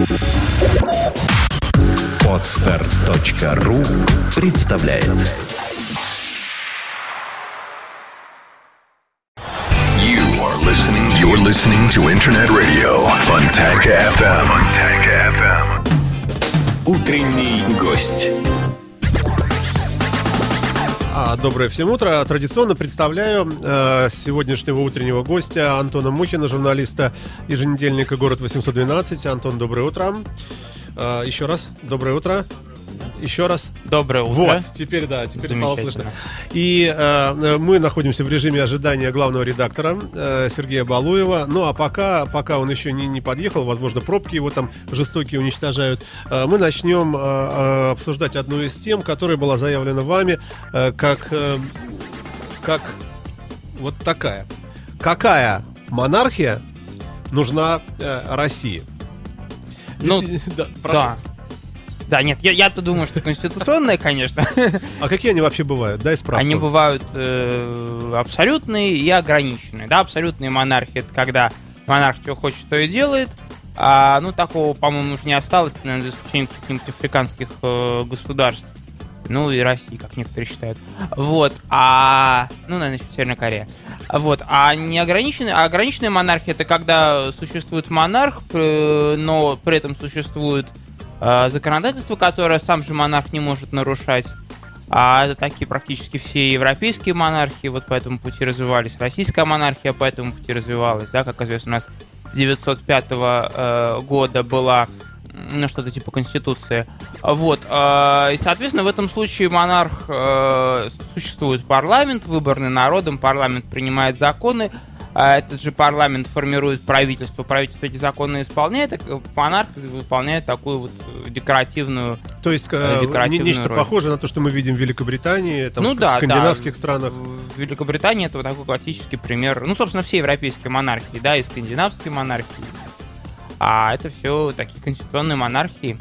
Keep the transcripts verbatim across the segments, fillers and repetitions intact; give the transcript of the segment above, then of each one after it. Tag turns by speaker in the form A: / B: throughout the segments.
A: Подстер точка ру представляет. You are listening. You're listening to Internet Radio Fontanka эф эм. Fontanka эф эм. Утренний гость.
B: Доброе всем утро. Традиционно представляю э, сегодняшнего утреннего гостя Антона Мухина, журналиста еженедельника «Город восемьсот двенадцать». Антон, доброе утро. Э, еще раз, доброе утро. Еще раз.
C: Доброе утро.
B: Вот, теперь да, теперь стало слышно. И э, мы находимся в режиме ожидания главного редактора э, Сергея Балуева. Ну а пока, пока он еще не, не подъехал, возможно, пробки его там жестокие уничтожают, э, мы начнем э, обсуждать одну из тем, которая была заявлена вами, э, как, э, как вот такая. Какая монархия нужна э, России?
C: Ну,
B: Здесь, да, прошу.
C: Да. Да, нет, я, я-то думаю, что конституционная, конечно.
B: А какие они вообще бывают? Дай справку.
C: Они бывают э, абсолютные и ограниченные. Да, абсолютные монархии — это когда монарх что хочет, то и делает. А, ну, такого, по-моему, уже не осталось, наверное, за исключением каких-нибудь африканских э, государств. Ну, и России, как некоторые считают. Вот. А, ну, наверное, еще Северная Корея. Вот. А неограниченные, а ограниченная монархия — это когда существует монарх, но при этом существует законодательство, которое сам же монарх не может нарушать. А это такие практически все европейские монархии вот по этому пути развивались. Российская монархия по этому пути развивалась. Да, как известно, у нас с девятьсот пятого э, года была, ну, что-то типа Конституции. Вот. Э, и, соответственно, в этом случае монарх, э, существует парламент, выборный народом, парламент принимает законы, а этот же парламент формирует правительство, правительство эти законы исполняет, а монарх выполняет такую вот декоративную,
B: то есть декоративную нечто роль. Похожее на то, что мы видим в Великобритании, там,
C: ну,
B: в
C: да,
B: скандинавских
C: да.
B: странах.
C: В Великобритании это вот такой классический пример. Ну, собственно, все европейские монархии, да, и скандинавские монархии. А это все такие конституционные монархии.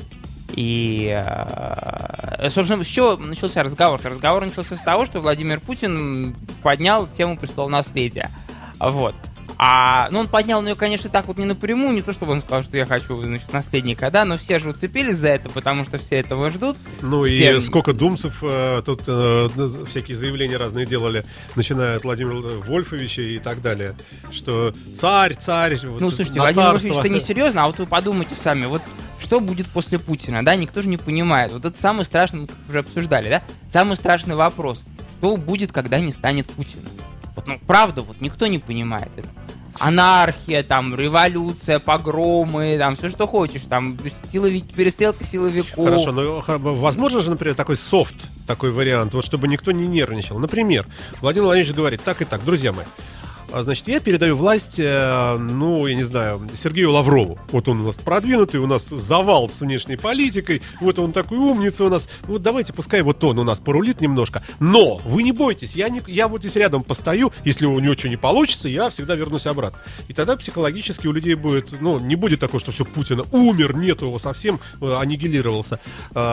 C: И, собственно, с чего начался разговор? Разговор начался с того, что Владимир Путин поднял тему престолонаследия. Вот. А, ну, он поднял ее, конечно, так вот не напрямую, не то, чтобы он сказал, что я хочу, значит, наследника, да, но все же уцепились за это, потому что все этого ждут.
B: Ну,
C: все...
B: и сколько думцев э, тут э, всякие заявления разные делали, начиная от Владимира Вольфовича и так далее, что царь, царь, вот,
C: ну, слушайте,
B: на
C: Владимир
B: царство.
C: Вольфович, это несерьезно, а вот вы подумайте сами, вот что будет после Путина, да, никто же не понимает. Вот это самый страшный, мы уже обсуждали, да, самый страшный вопрос, что будет, когда не станет Путина. Вот, ну, правда, вот никто не понимает это. Анархия, там, революция, погромы, там, все, что хочешь, там, силовики, перестрелка силовиков.
B: Хорошо, но возможно же, например, такой софт, такой вариант, вот чтобы никто не нервничал. Например, Владимир Владимирович говорит: так и так, друзья мои, значит, я передаю власть, ну, я не знаю, Сергею Лаврову. Вот он у нас продвинутый, у нас завал с внешней политикой, вот он такой умница у нас. Вот давайте, пускай вот он у нас порулит немножко. Но вы не бойтесь, я, не, я вот здесь рядом постою, если у него что не получится, я всегда вернусь обратно. И тогда психологически у людей будет, ну, не будет такого, что все, Путина умер, нету его совсем, аннигилировался.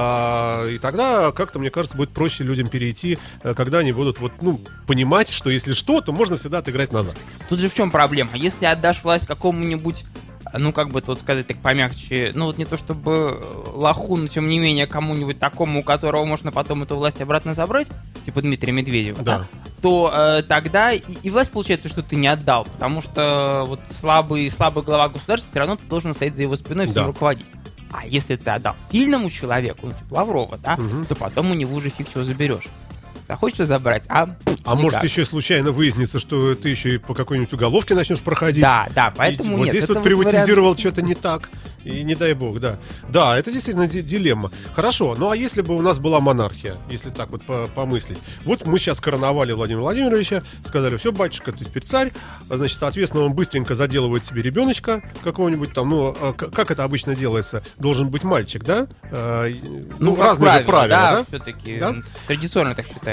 B: И тогда, как-то, мне кажется, будет проще людям перейти, когда они будут, вот, ну, понимать, что если что, то можно всегда отыграть назад.
C: Тут же в чем проблема? Если отдашь власть какому-нибудь, ну, как бы тут сказать так помягче, ну, вот не то чтобы лоху, но тем не менее кому-нибудь такому, у которого можно потом эту власть обратно забрать, типа Дмитрия Медведева, да, да, то э, тогда и, и власть получается, что ты не отдал, потому что вот слабый, слабый глава государства, все равно ты должен стоять за его спиной и всем, да, руководить. А если ты отдал сильному человеку, ну, типа Лаврова, да, угу, то потом у него уже фиг чего заберешь. Захочешь забрать, а
B: А никак. Может, еще случайно выяснится, что ты еще и по какой-нибудь уголовке начнешь проходить.
C: Да, да, поэтому
B: и, вот
C: нет.
B: Здесь вот приватизировал вариант... что-то не так, и не дай бог, да. Да, это действительно д- дилемма. Хорошо, ну а если бы у нас была монархия, если так вот по- помыслить. Вот мы сейчас короновали Владимира Владимировича, сказали: все, батюшка, ты теперь царь. Значит, соответственно, он быстренько заделывает себе ребеночка какого-нибудь там, ну, как это обычно делается, должен быть мальчик, да? Ну, ну разные
C: правило,
B: же правила,
C: да?
B: да?
C: Все-таки
B: да?
C: Традиционно так считается.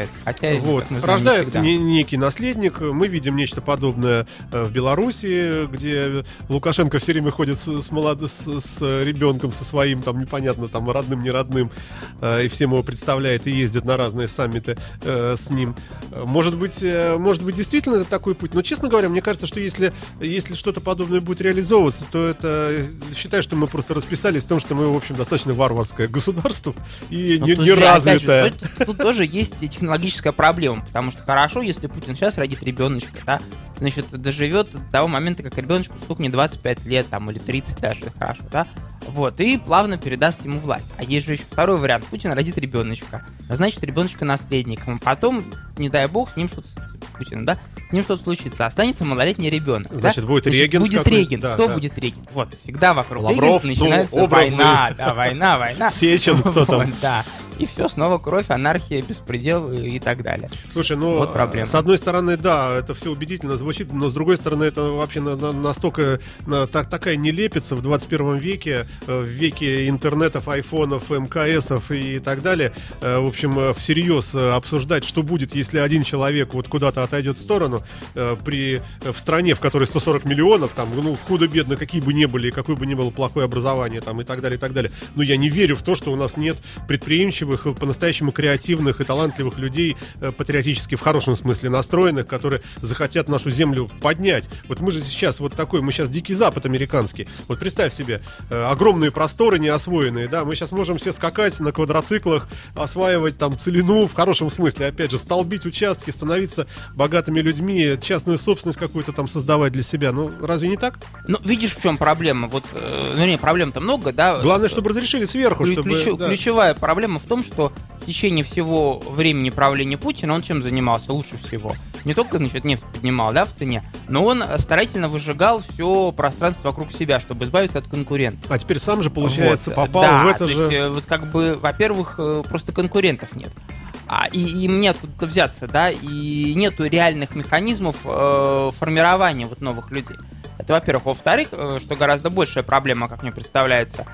C: получается. Хотя,
B: вот.
C: знаем,
B: Рождается
C: не
B: не, некий наследник, мы видим нечто подобное в Беларуси, где Лукашенко все время ходит с, с, молод... с, с ребенком, со своим, там, непонятно, там, родным, не родным, и всем его представляет и ездит на разные саммиты э, с ним. Может быть, э, может быть, действительно это такой путь, но, честно говоря, мне кажется, что если, если что-то подобное будет реализовываться, то это, считаю, что мы просто расписались в том, что мы, в общем, достаточно варварское государство и
C: ну,
B: не,
C: тут
B: не
C: же,
B: развитое.
C: Же, тут, тут тоже есть технологическая проблема, потому что хорошо, если Путин сейчас родит ребеночка, да, значит, доживет до того момента, как ребеночку стукнет двадцать пять лет, там, или тридцать даже, хорошо, да, вот, и плавно передаст ему власть. А есть же еще второй вариант. Путин родит ребеночка, значит, ребеночка наследником, а потом, не дай бог, с ним что-то, Путин, да, с ним что-то случится, останется малолетний ребенок.
B: Значит,
C: да?
B: будет
C: Значит,
B: регент.
C: Будет регент. Да, Кто да. будет регент? Вот, всегда вокруг
B: Лавров,
C: регента начинается
B: ну,
C: война, да, война, война.
B: Сечин, кто там.
C: Да. И все, снова кровь, анархия, беспредел и так далее.
B: Слушай, ну,
C: вот проблема.
B: С одной стороны, да, это все убедительно звучит, но с другой стороны, это вообще на, на, настолько на, так, такая нелепица в двадцать первом веке, в веке интернетов, айфонов, МКСов и так далее. В общем, всерьез обсуждать, что будет, если один человек вот куда-то отойдет в сторону, при, в стране, в которой сто сорок миллионов, там, ну, худо-бедно, какие бы ни были, какое бы ни было плохое образование, там, и так далее, и так далее. Но я не верю в то, что у нас нет предприимчивых, по-настоящему креативных и талантливых людей, патриотически в хорошем смысле настроенных, которые захотят нашу землю поднять. Вот мы же сейчас вот такой, мы сейчас Дикий Запад американский. Вот представь себе, огромные просторы неосвоенные, да, мы сейчас можем все скакать на квадроциклах, осваивать там целину в хорошем смысле, опять же, столбить участки, становиться богатыми людьми, частную собственность какую-то там создавать для себя. Ну, разве не так?
C: Ну, видишь, в чем проблема? Вот, э, ну, не, проблем-то много, да.
B: Главное, чтобы разрешили сверху,
C: Ключ,
B: чтобы...
C: Ключ,
B: да.
C: Ключевая проблема в том, что в течение всего времени правления Путина он чем занимался лучше всего? Не только, значит, нефть поднимал, да, в цене, но он старательно выжигал все пространство вокруг себя, чтобы избавиться от конкурентов.
B: А теперь сам же, получается,
C: вот,
B: попал
C: да,
B: в это
C: то
B: же...
C: есть, вот как бы, во-первых, просто конкурентов нет. А, и им неоткуда взяться, да, и нету реальных механизмов э, формирования вот новых людей. Это, во-первых. Во-вторых, э, что гораздо большая проблема, как мне представляется,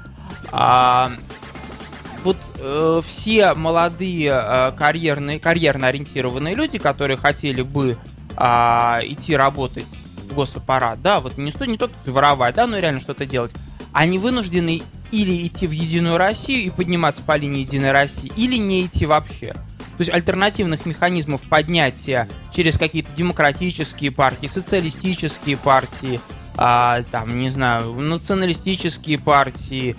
C: а, вот э, все молодые э, карьерные, карьерно ориентированные люди, которые хотели бы э, идти работать в госаппарат, да, вот не, не только воровать, да, но и реально что-то делать, они вынуждены или идти в Единую Россию и подниматься по линии Единой России, или не идти вообще. То есть альтернативных механизмов поднятия через какие-то демократические партии, социалистические партии, а, там, не знаю, националистические партии,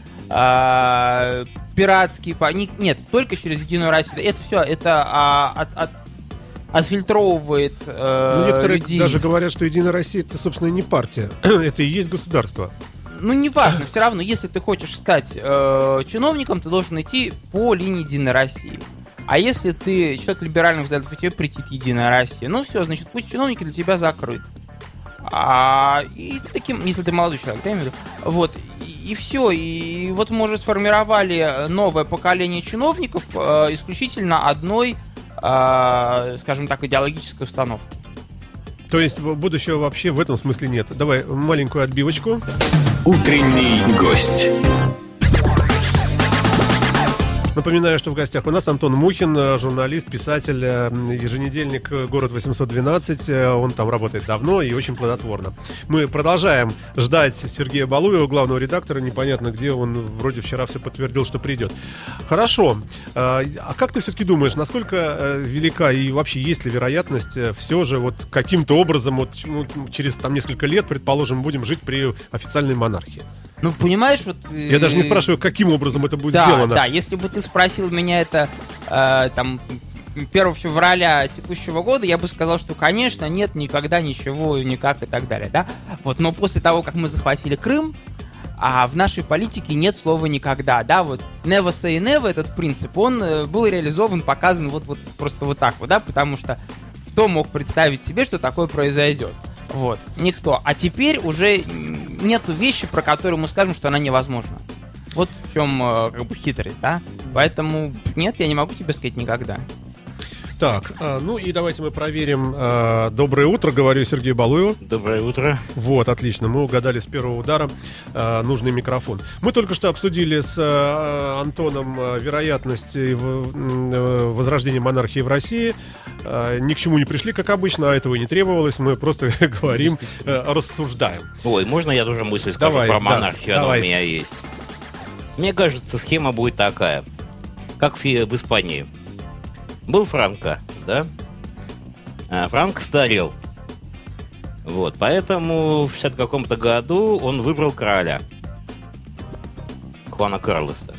C: а, пиратские партии. Нет, только через Единую Россию. Это все, это а, от, от, отфильтровывает э,
B: ну, некоторые
C: людей.
B: даже говорят, что Единая Россия — это, собственно, не партия. Это и есть государство.
C: Ну, неважно, все равно, если ты хочешь стать э, чиновником, ты должен идти по линии Единой России. А если ты человек либеральных взглядов, и тебе претит Единая Россия, ну все, значит, путь чиновники для тебя закрыт. А, и таким, если ты молодой человек, да, я имею в виду, вот, и, и все, и вот мы уже сформировали новое поколение чиновников э, исключительно одной, э, скажем так, идеологической установки.
B: То есть будущего вообще в этом смысле нет. Давай маленькую отбивочку.
A: Утренний гость.
B: Напоминаю, что в гостях у нас Антон Мухин, журналист, писатель, еженедельник «Город восемьсот двенадцать». Он там работает давно и очень плодотворно. Мы продолжаем ждать Сергея Балуева, главного редактора. Непонятно где, он вроде вчера все подтвердил, что придет. Хорошо. А как ты все-таки думаешь, насколько велика и вообще есть ли вероятность все же вот каким-то образом вот через там несколько лет, предположим, будем жить при официальной монархии?
C: Ну, понимаешь, вот...
B: Я даже не спрашиваю, каким образом это будет
C: да,
B: сделано.
C: Да, если бы ты спросил меня это э, там первого февраля текущего года, я бы сказал, что, конечно, нет, никогда, ничего, никак и так далее, да? Вот, но после того, как мы захватили Крым, а в нашей политике нет слова «никогда», да? Вот never say never, этот принцип, он э, был реализован, показан вот, вот просто вот так вот, да? Потому что кто мог представить себе, что такое произойдет? Вот, никто. А теперь уже нету вещи, про которую мы скажем, что она невозможна. Вот в чем как бы хитрость, да? Поэтому нет, я не могу тебе сказать никогда.
B: Так, а, ну и давайте мы проверим. А, доброе утро, говорю Сергею Балуеву.
D: Доброе утро.
B: Вот, отлично, мы угадали с первого удара а, нужный микрофон. Мы только что обсудили с а, Антоном а, вероятность в, возрождения монархии в России. А, ни к чему не пришли, как обычно, а этого и не требовалось. Мы просто говорим, а, рассуждаем.
D: Ой, можно я тоже мысль скажу
B: Давай,
D: про
B: да,
D: монархию? Она
B: давай.
D: у меня есть. Мне кажется, схема будет такая, как в, в Испании. Был Франко, да? А Франко старел. Вот, поэтому в шестьдесят каком-то году он выбрал короля. Хуана Карлоса.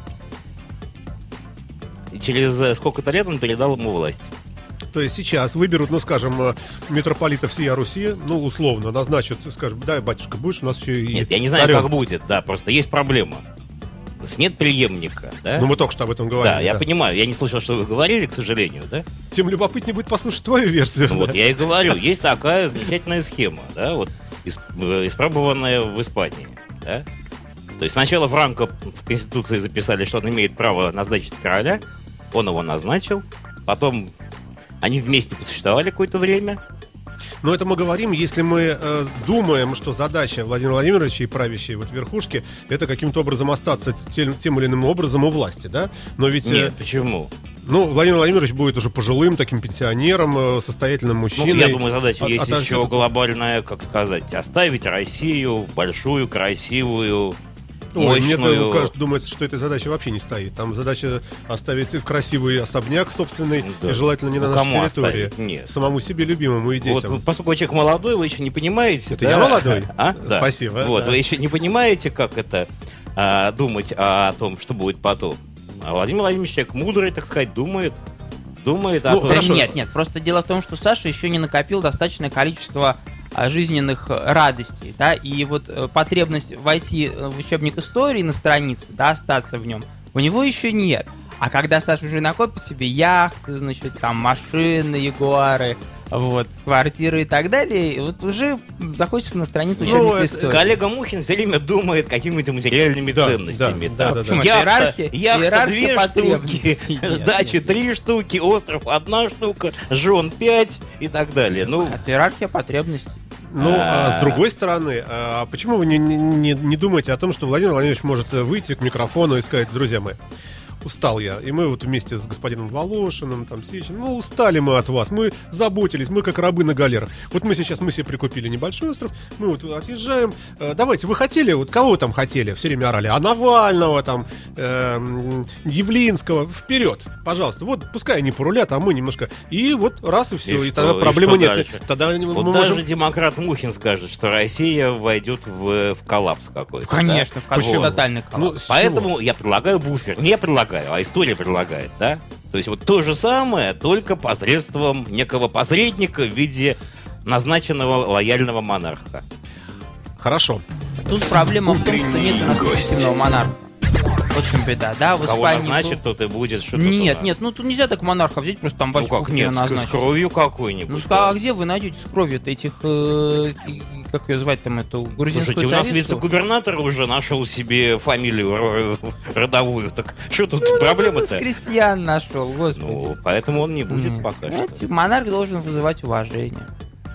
D: И через сколько-то лет он передал ему власть.
B: То есть сейчас выберут, ну, скажем, митрополита всея Руси, ну, условно, назначат, скажем, да, батюшка, будешь у нас еще и
D: Нет, я не знаю,
B: царем.
D: как будет, да, просто есть проблема. То есть нет преемника, да?
B: Ну, мы только что об этом говорили.
D: Да, я понимаю, я не слышал, что вы говорили, к сожалению, да?
B: Тем любопытнее будет послушать твою версию.
D: Ну, вот я и говорю, есть такая замечательная схема, да, вот ис- э, испробованная в Испании, да? То есть сначала Франко в Конституции записали, что он имеет право назначить короля, он его назначил, потом они вместе посуществовали какое-то время.
B: Но это мы говорим, если мы э, думаем, что задача Владимира Владимировича и правящей вот верхушки это каким-то образом остаться тем, тем или иным образом у власти, да? Но ведь...
D: Нет,
B: э,
D: почему?
B: Ну, Владимир Владимирович будет уже пожилым таким пенсионером, э, состоятельным мужчиной.
D: Ну, я думаю, задача
B: От-
D: есть
B: от-
D: еще глобальная, как сказать, оставить Россию большую, красивую,
B: Ой, мне
D: мощную.
B: кажется, думается, что этой задачи вообще не стоит. Там задача оставить красивый особняк собственный,
D: Да.
B: и желательно не на
D: Ну,
B: нашей
D: кому
B: территории.
D: оставить? Нет.
B: Самому себе любимому и
D: Вот,
B: детям.
D: поскольку вы человек молодой, вы еще не понимаете.
B: Это
D: да?
B: я молодой?
D: А? Да.
B: Спасибо,
D: Вот,
B: да.
D: вы еще не понимаете, как это а, думать о том, что будет потом. А Владимир Владимирович человек мудрый, так сказать, думает. Думает
B: Ну,
D: о том,
C: Да
B: хорошо.
C: нет, нет, просто дело в том, что Саша еще не накопил достаточное количество а, жизненных э, радостей, да, и вот э, потребность войти э, в учебник истории на странице, да, остаться в нем, у него еще нет. А когда Саша уже накопит себе яхты, значит, там машины, ягуары, вот, квартиры и так далее, вот уже захочется на страницу
B: Ну,
C: учебника
B: это-
C: истории.
D: коллега Мухин все время думает какими-то материальными
B: Да,
D: ценностями.
B: да,
D: там.
B: да, да,
C: да.
D: Яхта,
C: Иерархия-
D: яхта
C: иерархия
D: две штуки,
C: потребностей. Нет,
D: дача
C: нет.
D: три штуки, остров одна штука, жен пять и так далее. Ну,
C: Это иерархия потребностей.
B: Ну, а с
D: А.
B: другой стороны, а почему вы не, не, не- не думаете о том, что Владимир Владимирович может выйти к микрофону и сказать: друзья мои, устал я. И мы вот вместе с господином Волошиным, там, Сечин, ну, устали мы от вас, мы заботились, мы как рабы на галерах. Вот мы сейчас, мы себе прикупили небольшой остров, мы вот отъезжаем. Э, давайте, вы хотели, вот кого вы там хотели? Все время орали. А Навального, там, э, Явлинского, вперед, пожалуйста. Вот, пускай они порулят, а мы немножко... И вот раз и все, и,
D: И
B: тогда
D: что? И
B: проблемы
D: что
B: нет.
D: дальше?
B: Тогда мы
D: вот
B: можем...
D: даже демократ Мухин скажет, что Россия войдет в, в коллапс какой-то.
C: Конечно, в
D: да?
C: какой
D: Вот.
C: тотальный
B: Ну,
C: коллапс.
B: с
D: Поэтому я предлагаю буфер. Не предлагаю, а история предлагает, да? То есть вот то же самое, только посредством некого посредника в виде назначенного лояльного монарха.
B: Хорошо.
C: Тут проблема в том, что нет у нас
A: Утренний
C: истинного монарха. Очень беда, да? В
D: Кого
C: Испании
D: назначит,
C: был-
D: тот и будет, что тут у
C: Нет,
D: нас.
C: нет, ну тут нельзя так монарха взять, просто там
D: Ну
C: батюшку
D: как нет, с, с
C: назначить.
D: кровью
C: Ну
D: какой-нибудь.
C: ска-
D: да.
C: а где вы найдете с кровью-то этих, э, и- как ее звать там, эту грузинскую
D: Слушайте, у нас
C: царицу?
D: вице-губернатор уже нашел себе фамилию ро- родовую. Так что тут
C: Ну,
D: проблема-то?
C: с крестьян нашел, господи.
D: Ну, поэтому он не будет
C: Нет.
D: пока
C: Знаете,
D: что.
C: монарх должен вызывать уважение.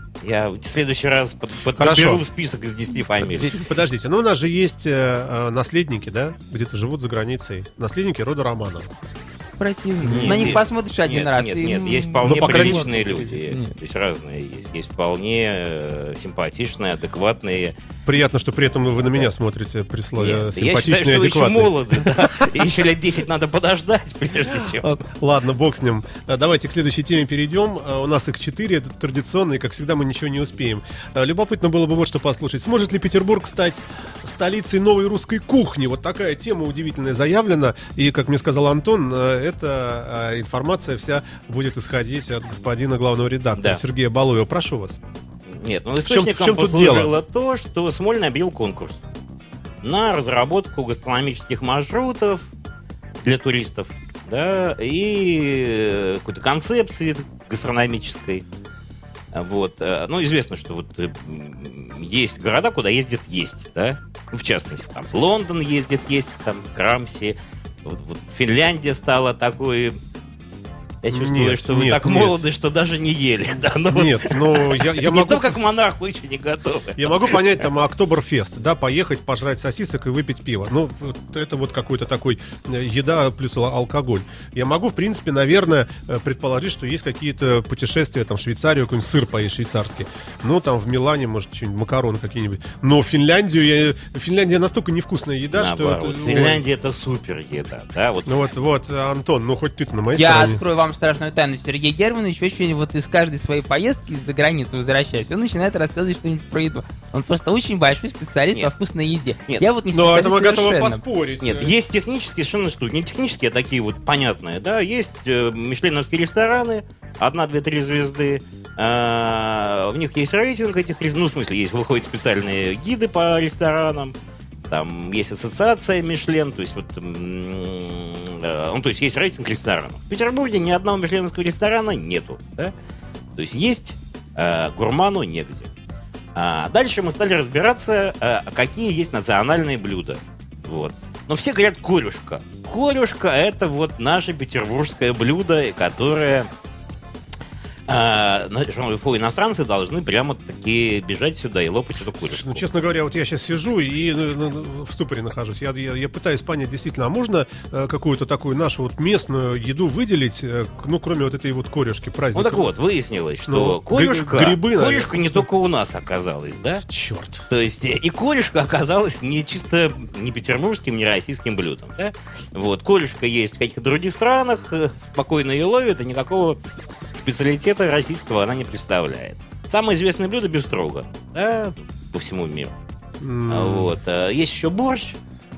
D: Я в следующий раз под, под-
B: Хорошо.
D: подберу список из десяти фамилий.
B: Подождите, ну у нас же есть э, э, наследники, да? Где-то живут за границей. Наследники рода Романов.
C: Противно.
D: Нет,
C: На них
D: нет.
C: посмотришь один
D: Нет,
C: раз.
D: Нет,
C: и,
D: нет,
C: м,
D: есть вполне
B: Ну, по крайней
D: приличные
C: мере,
D: люди.
C: нет.
D: То есть разные есть. Есть вполне э, симпатичные, адекватные.
B: Приятно, что при этом вы на меня смотрите при слове
D: Нет, я считаю,
B: симпатичный и
D: что вы еще
B: адекватный.
D: молоды. да. И еще лет десять надо подождать, прежде чем.
B: А, Ладно, бог с ним. А, Давайте к следующей теме перейдем. А, У нас их четыре, это традиционно, и, как всегда, мы ничего не успеем. А, Любопытно было бы вот что послушать. Сможет ли Петербург стать столицей новой русской кухни? Вот такая тема удивительная заявлена. И, как мне сказал Антон, а, эта а, информация вся будет исходить от господина главного редактора
D: Да.
B: Сергея Балуева. Прошу вас.
D: Нет, ну
B: В чем- в
D: источником
B: чем тут
D: послужило
B: дело?
D: то, что Смольный объявил конкурс на разработку гастрономических маршрутов для туристов, да, и э, какой-то концепции гастрономической. Вот. э, Ну, известно, что вот э, м, есть города, куда ездят есть, да. Ну, в частности, там Лондон ездит есть, там Крамси. Вот, вот Финляндия стала такой Я чувствую,
B: Нет,
D: что вы
B: нет,
D: так
B: нет.
D: молоды, что даже не ели. Да? Ну, вот
B: Нет, ну я, я
D: не
B: могу...
D: то, как монарх, вы еще не готовы.
B: Я могу понять, там, Октоберфест, да, поехать, пожрать сосисок и выпить пиво. Ну, вот это вот какой-то такой э, еда плюс ал- алкоголь. Я могу, в принципе, наверное, э, предположить, что есть какие-то путешествия, там, в Швейцарию, какой-нибудь сыр поесть швейцарский. Ну, там, в Милане, может, что-нибудь, макароны какие-нибудь. Но в Финляндию, я... Финляндия настолько невкусная еда,
D: Наоборот,
B: что... это-
D: Финляндия это супер еда, да, вот.
B: Ну вот, вот, Антон, ну хоть ты-то на моей
C: Я
B: стороне.
C: открою вам страшную тайну. Сергей Германович очень вот из каждой своей поездки из-за границы возвращаясь, он начинает рассказывать что-нибудь про еду. Он просто очень большой специалист
D: Нет.
C: во вкусной еде.
D: Нет.
C: Я вот не
B: Но
C: специалист
B: это мы готовы
C: совершенно.
B: поспорить.
D: Нет, есть технические совершенно штуки. Не технические, а такие вот понятные, да. Есть э, мишленовские рестораны, одна, две, три звезды. А, в них есть рейтинг этих ресторанов. Ну, в смысле, есть, выходят специальные гиды по ресторанам. Там есть ассоциация Мишлен, то есть вот, м, э, ну, то есть есть рейтинг ресторанов. В Петербурге ни одного мишленовского ресторана нету, да? То есть есть э, гурману негде. А дальше мы стали разбираться, э, какие есть национальные блюда. Вот. Но все говорят корюшка. Корюшка — это вот наше петербургское блюдо, которое а, фу, иностранцы должны прямо таки бежать сюда и лопать эту курицу.
B: Ну, честно говоря, вот я сейчас сижу и ну, ну, в ступоре нахожусь. Я, я, я пытаюсь понять, действительно, а можно э, какую-то такую нашу вот местную еду выделить, э, ну, кроме вот этой вот корюшки праздника?
D: Ну так вот, выяснилось, что
B: Ну,
D: корюшка,
B: гри- грибы, наверное.
D: корюшка не только у нас оказалась, да?
B: Черт.
D: То есть э, и корюшка оказалась не чисто не петербургским, не российским блюдом, да? Вот, корюшка есть в каких-то других странах, э, спокойно ее ловят, и никакого специалитета российского она не представляет. Самое известное блюдо — бефстроган, да, по всему миру.
B: М.
D: А, Вот. а, Есть еще борщ,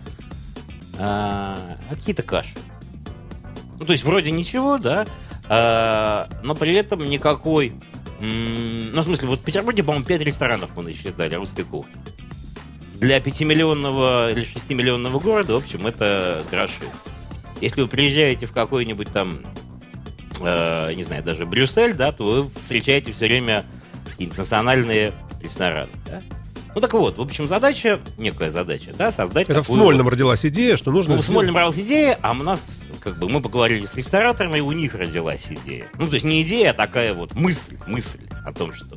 D: а, а какие-то каши. Ну, то есть вроде ничего, да, а, но при этом никакой... м, Ну, в смысле, вот в Петербурге, по-моему, пять ресторанов мы насчитали русской кухни. Для пятимиллионного или шестимиллионного города, в общем, это гроши. Если вы приезжаете в какой-нибудь там, э, не знаю, даже Брюссель, да, то вы встречаете все время какие-то национальные рестораны, да? Ну так вот, в общем, задача, некая задача, да, создать
B: Это в
D: такую
B: Смольном
D: вот-
B: родилась идея, что нужно...
D: Ну, в
B: сделать-
D: Смольном родилась идея, а у нас, как бы, мы поговорили с рестораторами, и у них родилась идея. Ну, то есть не идея, а такая вот мысль, мысль о том, что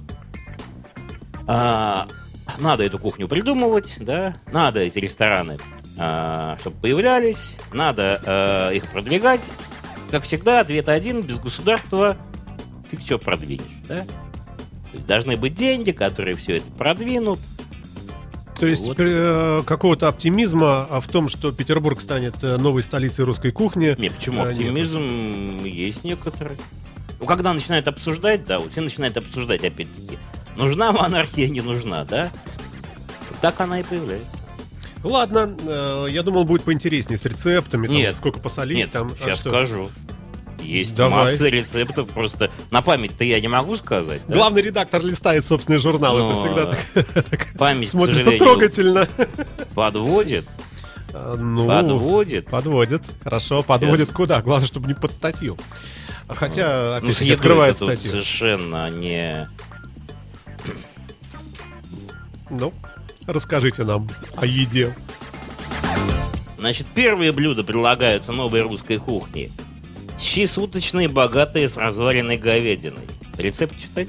D: а, надо эту кухню придумывать, да, надо эти рестораны, а, чтобы появлялись, надо а, их продвигать. Как всегда, ответ один: без государства фиг что продвинешь, да? То есть должны быть деньги, которые все это продвинут.
B: То есть
D: Вот.
B: э, какого-то оптимизма а, в том, что Петербург станет э, новой столицей русской кухни.
D: Не, почему?
B: э, нет.
D: Оптимизм есть некоторый. Ну, когда начинают обсуждать, да, вот все начинают обсуждать, опять-таки, нужна монархия, не нужна, да? Так она и появляется.
B: Ладно, э, я думал, будет поинтереснее с рецептами, там,
D: Нет.
B: сколько посолить.
D: Нет,
B: там, а
D: сейчас
B: что?
D: скажу. Есть
B: Давай.
D: масса рецептов, просто на память-то я не могу сказать. Да?
B: Главный редактор листает собственный журнал,
D: Но,
B: это всегда так, так
D: Память, к
B: смотрится
D: сожалению,
B: трогательно.
D: подводит,
B: А, Ну,
D: подводит.
B: подводит, хорошо, подводит куда? Главное, чтобы не под статью. А Хотя,
D: Ну,
B: опять
D: с едой
B: открывает
D: это тут
B: статью.
D: совершенно не...
B: Ну, расскажите нам о еде.
D: Значит, первые блюда предлагаются новой русской кухни. Щи суточные, богатые, с разваренной говядиной. Рецепт читать?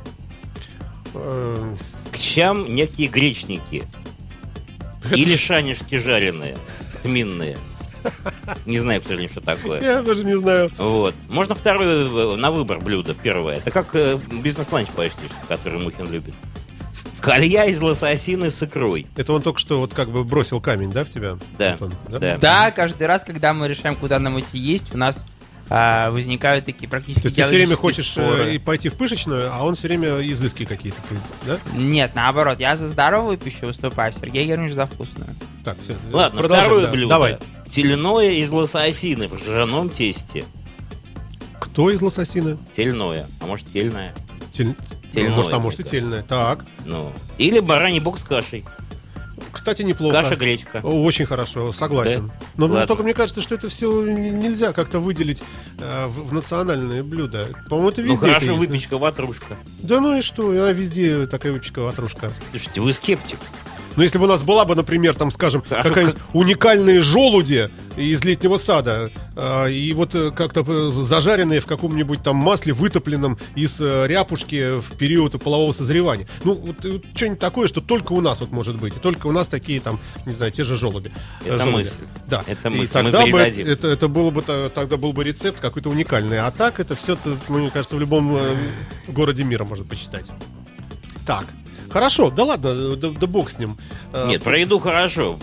B: Э,
D: К щам некие гречники. Или шанишки жареные, тминные. Не знаю, к сожалению, что такое.
B: Я даже не знаю.
D: Вот. Можно второе э, на выбор блюдо. Первое. Это как э, бизнес-ланч почти, который Мухин любит. Колья из лососины с икрой.
B: Это он только что вот как бы бросил камень, да, в тебя?
D: Да,
B: Антон,
D: да.
C: Да, каждый раз, когда мы решаем, куда нам идти есть, у нас а, возникают такие практически
B: То есть ты все время
C: идеологические
B: хочешь
C: споры.
B: э, и пойти в пышечную, а он все время изыски какие-то, да?
C: Нет, наоборот, я за здоровую пищу выступаю, Сергей Германович за вкусную.
B: Так, все.
D: Ладно,
B: продолжим,
D: второе
B: да.
D: блюдо.
B: Давай.
D: Тельное из лососины в ржаном тесте.
B: Кто из лососины?
D: Тельное. А может, тельное?
B: Тель-
D: Тельное,
B: Ну, может, а может и
D: да.
B: тельное. Так.
D: Ну. Или бараний бок с кашей.
B: Кстати, неплохо.
D: Каша-гречка.
B: Очень хорошо, согласен.
D: Да?
B: Но, но
D: Ладно.
B: только мне кажется, что это все нельзя как-то выделить э, в, в национальные блюда. По-моему, это
D: Ну
B: везде. это
D: хорошо,
B: есть.
D: выпечка, ватрушка.
B: Да ну и что? Она везде такая выпечка, ватрушка.
D: Слушайте, вы скептик.
B: Но если бы у нас была бы, например, там, скажем,
D: Хорошо,
B: какая-нибудь
D: как...
B: уникальные желуди из летнего сада, э, и вот э, как-то зажаренные в каком-нибудь там масле, вытопленном из э, ряпушки в период полового созревания. Ну, вот, вот что-нибудь такое, что только у нас вот может быть. И только у нас такие там, не знаю, те же желуди.
D: Это
B: желуди.
D: мысль.
B: Да.
D: Это
B: И
D: мысль.
B: тогда
D: Мы
B: бы
D: передадим.
B: это, это было бы, тогда был бы рецепт какой-то уникальный. А так это все, мне кажется, в любом э, городе мира можно посчитать. Так. Хорошо, да ладно, да, да бог с ним.
D: Нет, про еду хорошо.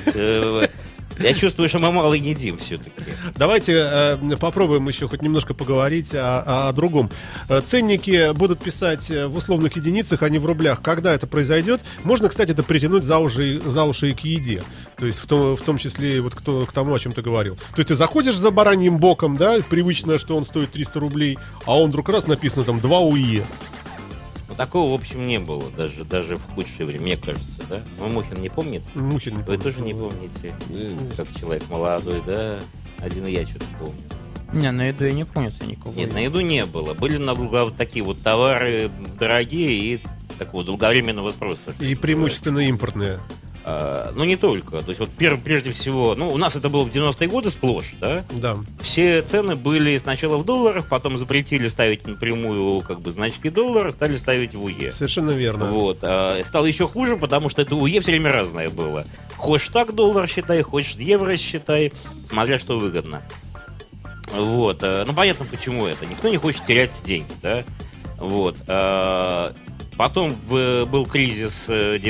D: Я чувствую, что мы мало едим все-таки.
B: Давайте э, попробуем еще хоть немножко поговорить о, о другом. Ценники будут писать в условных единицах, а не в рублях. Когда это произойдет, можно, кстати, это притянуть за уши, за уши и к еде. То есть в том, в том числе вот кто, к тому, о чем ты говорил. То есть ты заходишь за бараньим боком, да, привычно, что он стоит триста рублей, а он вдруг раз написано там два УЕ.
D: Ну, такого, в общем, не было, даже, даже в худшее время, мне кажется, да? Ну, Мухин не помнит?
B: Мухин не
D: Вы
B: помнит.
D: тоже не помните? Как человек молодой, да? Один и я что-то помню.
C: Не, на еду я не помню никого.
D: Нет, на еду не было. Были на долго... вот такие вот товары дорогие и такого долговременного спроса.
B: И преимущественно импортные.
D: А, ну, не только. То есть, вот пер, прежде всего, ну, у нас это было в девяностые годы сплошь, да?
B: Да.
D: Все цены были сначала в долларах, потом запретили ставить напрямую, как бы, значки доллара, стали ставить в УЕ.
B: Совершенно верно.
D: Вот. А стало еще хуже, потому что это УЕ все время разное было. Хочешь так доллар считай, хочешь евро считай, смотря что выгодно. Вот. Ну, понятно, почему это. Никто не хочет терять деньги, да? Вот. Потом в, был кризис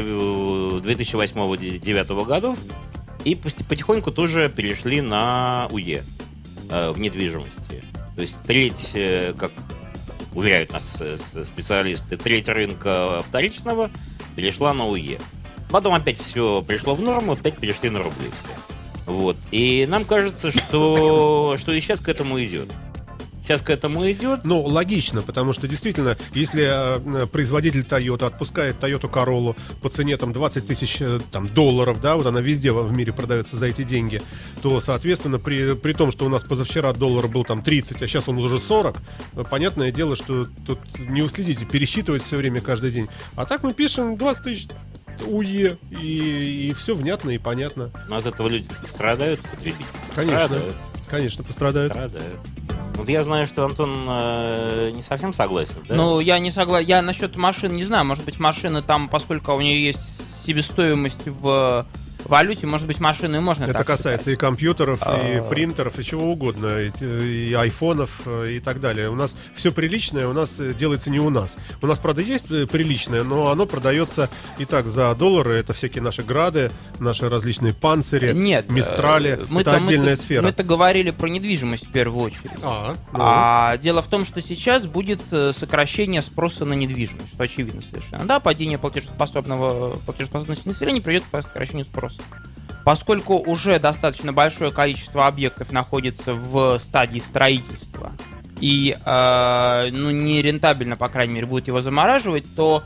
D: две тысячи восьмого — две тысячи девятого годов, и потихоньку тоже перешли на УЕ в недвижимости. То есть треть, как уверяют нас специалисты, треть рынка вторичного перешла на УЕ. Потом опять все пришло в норму, опять перешли на рубли все. Вот. И нам кажется, что, что и сейчас к этому идет. Сейчас к этому идет.
B: Ну, логично, потому что действительно, если э, производитель Toyota отпускает Toyota Corolla по цене там двадцать тысяч э, там, долларов, да, вот она везде в мире продается за эти деньги, то, соответственно, при, при том, что у нас позавчера доллар был там тридцать, а сейчас он уже сорок, э, понятное дело, что тут не уследите, пересчитывать все время каждый день. А так мы пишем двадцать тысяч УЕ, и, и все внятно и понятно.
D: Но от этого люди страдают, потребители.
B: Конечно,
D: страдают.
B: Конечно, пострадают.
D: Страдают. Вот я знаю, что Антон э, не совсем согласен, да?
C: Ну, я не согласен. Я насчет машин не знаю. Может быть, машины там, поскольку у нее есть себестоимость в валюте, может быть, машины можно
B: Это
C: так
B: касается
C: считать.
B: И компьютеров, и
C: А.
B: принтеров, и чего угодно, и, и айфонов, и так далее. У нас все приличное у нас делается не у нас. У нас, правда, есть приличное, но оно продается и так за доллары. Это всякие наши грады, наши различные панцири,
C: Нет,
B: мистрали.
C: э, мы-то-
B: Это отдельная
C: мы-то-
B: сфера.
C: Мы-то говорили про недвижимость в первую очередь.
B: А, ну.
C: А дело в том, что сейчас будет э, сокращение спроса на недвижимость, что очевидно совершенно. Да, падение платежеспособного, платежеспособности населения приведет к сокращению спроса. Поскольку уже достаточно большое количество объектов находится в стадии строительства и э, ну, не рентабельно, по крайней мере, будет его замораживать, то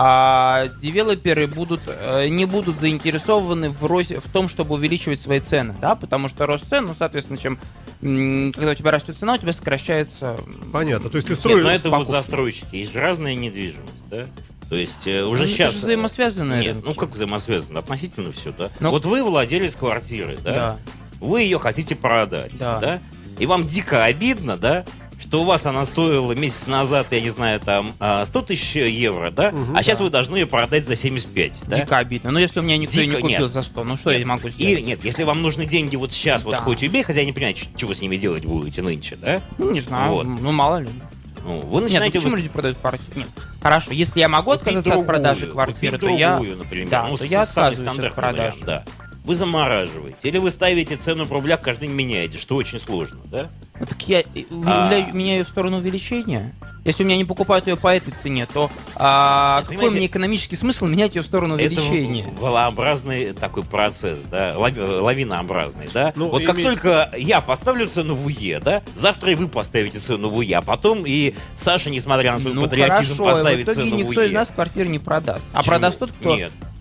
C: а девелоперы будут, э, не будут заинтересованы в, росе, в том, чтобы увеличивать свои цены, да, потому что рост цен, ну, соответственно, чем м, когда у тебя растет цена, у тебя сокращается.
B: Понятно. То есть ты
D: Нет,
B: строишь...
D: но это вот
C: покупки.
D: застройщики. Есть же разная недвижимость, да? То есть э, уже
C: Ну, это
D: сейчас...
C: же взаимосвязанные
D: Нет,
C: рынки.
D: ну как взаимосвязано? Относительно все, да?
C: Ну-
D: Вот вы владелец квартиры, да?
C: Да.
D: Вы ее хотите продать,
C: Да.
D: да? И вам дико обидно, да? Что у вас она стоила месяц назад, я не знаю, там сто тысяч евро, да?
B: Мгм,
D: а сейчас
C: да.
D: вы должны ее продать за семьдесят пять, да?
C: Дико обидно. Но если у меня никто и не
D: Дико,
C: купил
D: нет.
C: за сто, ну что
D: Нет.
C: я могу
D: И
C: сделать?
D: нет, если вам нужны деньги вот сейчас, вот
C: Да.
D: хоть убей, хотя я не понимаю, ч- чего с ними делать будете нынче, да?
C: Ну, не знаю,
D: Вот.
C: ну мало ли.
D: Ну, вы
C: Нет, ну
D: начинаете...
C: почему
D: выс-
C: люди продают квартиру? Нет. Хорошо, если я могу
D: Купить
C: отказаться от продажи
D: другую,
C: квартиры,
D: купить
C: то я...
D: другую, например.
C: Да,
D: ну,
C: то
D: с-
C: я
D: самый
C: отказываюсь от
D: стандартный
C: продажи.
D: вариант, да. Вы замораживаете, или вы ставите цену в рублях, каждый день меняете, что очень сложно, да?
C: Ну, так я
D: А.
C: меняю в сторону увеличения. Если у меня не покупают ее по этой цене, то а,
D: Нет,
C: какой
D: понимаете,
C: мне экономический смысл менять ее в сторону увеличения?
D: Это волнообразный такой процесс, да, лави- лавинообразный, да.
B: Ну,
D: вот как
B: иметь-
D: только я поставлю цену в УЕ, да, завтра и вы поставите цену в УЕ, а потом и Саша, несмотря на свой
C: Ну
D: патриотизм,
C: хорошо, и в
D: поставит
C: итоге
D: цену в
C: никто
D: УЕ.
C: из нас квартир не продаст. А
D: Почему?
C: продаст тот, кто...
D: Нет.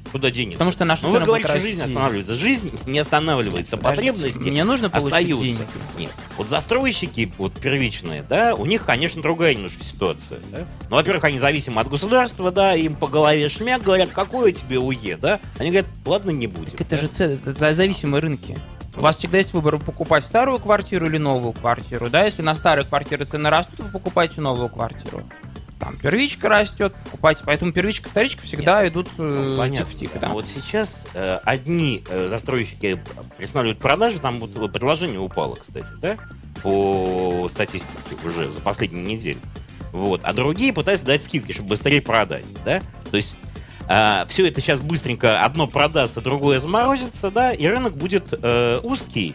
D: Куда денется?
C: Потому что наша
D: ну,
C: цена
D: вы говорите,
C: будет
D: что жизнь
C: расти.
D: останавливается. Жизнь не останавливается.
C: Подождите,
D: Потребности
C: мне нужно получить
D: остаются.
C: деньги.
D: Нет. Вот застройщики вот, первичные, да, у них, конечно, другая немножко ситуация. Да? Ну, во-первых, они зависимы от государства, да, им по голове шмяк, говорят, какое тебе УЕ, да? Они говорят, ладно, не будем.
C: Так это
D: да?
C: же ц... это зависимые рынки. У вас всегда есть выбор, покупать старую квартиру или новую квартиру, да? Если на старой квартире цены растут, вы покупаете новую квартиру. Там первичка растет, покупайте. Поэтому первичка, вторичка всегда Нет. идут э,
D: ну, понятно.
C: тихо-тихо.
D: Да. Но вот сейчас э, одни э, застройщики приостанавливают продажи, там вот предложение упало, кстати, да? По статистике уже за последнюю неделю. Вот. А другие пытаются дать скидки, чтобы быстрее продать, да? То есть э, все это сейчас быстренько одно продастся, другое заморозится, да? И рынок будет э, узкий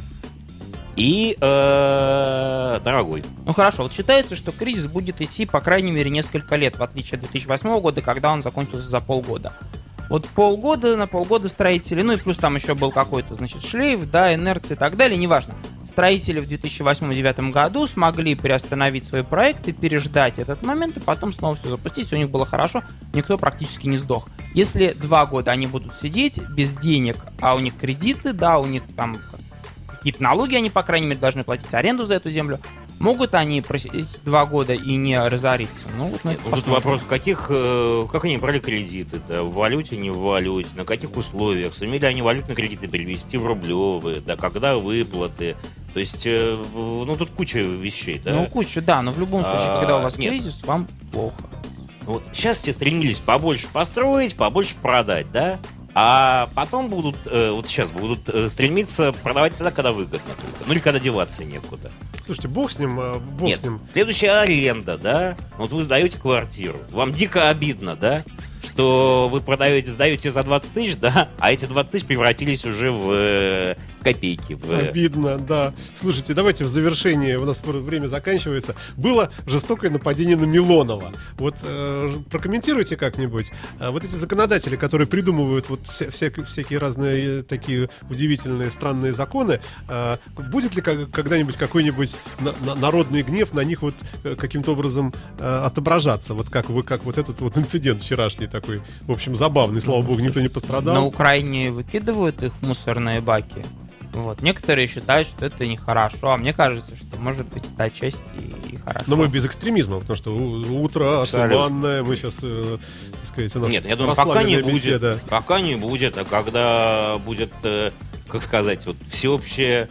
D: и э, дорогой.
C: Ну хорошо, вот считается, что кризис будет идти по крайней мере несколько лет, в отличие от две тысячи восьмого года, когда он закончился за полгода. Вот полгода на полгода строители, ну и плюс там еще был какой-то, значит, шлейф, да, инерция и так далее, неважно. Строители в две тысячи восьмом — две тысячи девятом году смогли приостановить свои проекты, переждать этот момент и потом снова все запустить. Все у них было хорошо, никто практически не сдох. Если два года они будут сидеть без денег, а у них кредиты, да, у них там какие-то налоги они, по крайней мере, должны платить, аренду за эту землю, могут они просидеть два года и не разориться? Ну, вот
D: Нет, ну, тут вопрос, каких, э, как они брали кредиты, да, в валюте, не в валюте, на каких условиях, сумели они валютные кредиты перевести в рублевые, да, когда выплаты, то есть, э, ну, тут куча вещей, да.
C: Ну, куча, да, но в любом случае, а, когда у вас нет. кризис, вам плохо.
D: Вот сейчас все стремились побольше построить, побольше продать, да, а потом будут, э, вот сейчас будут э, стремиться продавать тогда, когда выгодно только. Ну или когда деваться некуда.
B: Слушайте, бог с ним, э, бог
D: Нет,
B: с ним.
D: Следующая аренда, да? Вот вы сдаете квартиру. Вам дико обидно, да? Что вы продаете, сдаете за двадцать тысяч, да? А эти двадцать тысяч превратились уже в э, копейки. В...
B: Обидно, да. Слушайте, давайте в завершении, у нас время заканчивается. Было жестокое нападение на Милонова. Вот э, прокомментируйте как-нибудь. А вот эти законодатели, которые придумывают вот вся, вся, всякие разные такие удивительные, странные законы, э, будет ли как, когда-нибудь какой-нибудь на, на, народный гнев на них вот э, каким-то образом э, отображаться? Вот как, вы, как вот этот вот инцидент вчерашний такой, в общем, забавный, слава богу, никто не пострадал.
C: На Украине выкидывают их в мусорные баки. Вот. Некоторые считают, что это нехорошо, а мне кажется, что может быть это отчасти и хорошо.
B: Но мы без экстремизма, потому что утро туманное, мы сейчас, э, так сказать, у нас
D: Нет, я думаю, пока не
B: беседа.
D: будет, пока не будет, а когда будет, э, как сказать, вот всеобщее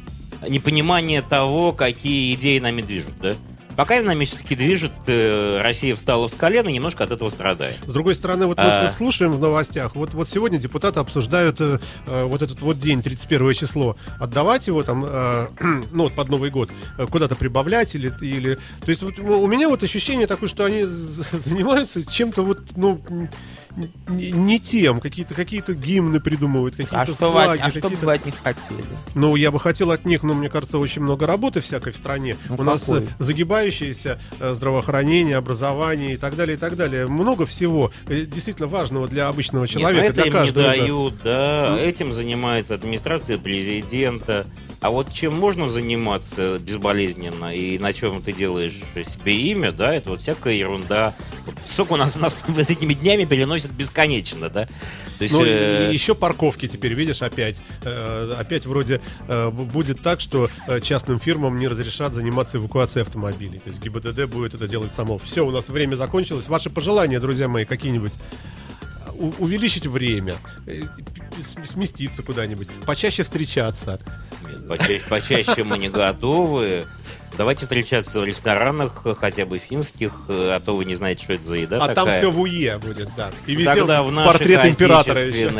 D: непонимание того, какие идеи нами движут, да? Пока нами все-таки движет, э, Россия встала в колено и немножко от этого страдает.
B: С другой стороны, вот мы а... слушаем в новостях, вот, вот сегодня депутаты обсуждают э, э, вот этот вот день, тридцать первое число, отдавать его там, э, ну вот под Новый год, э, куда-то прибавлять или... или... То есть вот у меня вот ощущение такое, что они занимаются чем-то вот, ну... Не, не тем, какие-то, какие-то гимны придумывают, какие-то
C: а что
B: флаги.
C: Вы, а что бы вы от них хотели?
B: Ну, я бы хотел от них, ну, мне кажется, очень много работы всякой в стране. Ну, У какой? нас загибающееся здравоохранение, образование и так далее, и так далее. Много всего действительно важного для обычного человека.
D: Нет,
B: для
D: это
B: каждого
D: им не дают, да. Mm. Этим занимается администрация президента. А вот чем можно заниматься безболезненно и на чем ты делаешь себе имя, да, это вот всякая ерунда. Вот сколько у нас, у нас этими днями переносят бесконечно, да. То есть,
B: ну,
D: э...
B: и еще парковки теперь, видишь, опять. Э, опять вроде э, будет так, что частным фирмам не разрешат заниматься эвакуацией автомобилей. То есть ГИБДД будет это делать само. Все, у нас время закончилось. Ваши пожелания, друзья мои, какие-нибудь? У- увеличить время, сместиться куда-нибудь, почаще встречаться.
D: Нет, почаще, почаще мы не готовы. Давайте встречаться в ресторанах, хотя бы финских, а то вы не знаете, что это за еда
B: а
D: такая.
B: А там все в УЕ будет, да. И везде
D: Тогда в
B: портрет императора еще.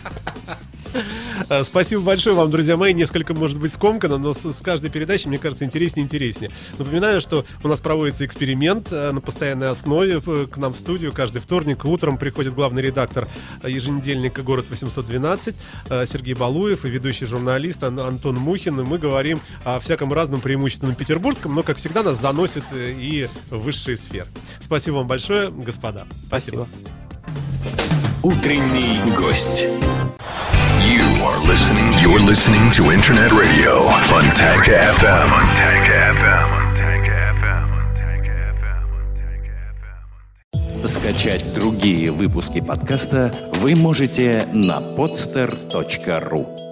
D: Отечественных.
B: Спасибо большое вам, друзья мои. Несколько, может быть, скомкано, но с, с каждой передачей, мне кажется, интереснее и интереснее. Напоминаю, что у нас проводится эксперимент на постоянной основе. К нам в студию каждый вторник утром приходит главный редактор еженедельника «Город восемьсот двенадцать» Сергей Балуев и ведущий журналист Антон Мухин. И мы говорим о всяком разном, преимущественно петербургском, но, как всегда, нас заносит и в высшие сферы. Спасибо вам большое, господа. Спасибо.
A: Утренний гость. You are listening, you're listening to Internet Radio Fontanka эф эм. Fontanka эф эм. Fontanka эф эм. Fontanka эф эм.
E: Скачать другие выпуски подкаста вы можете на podster точка ру.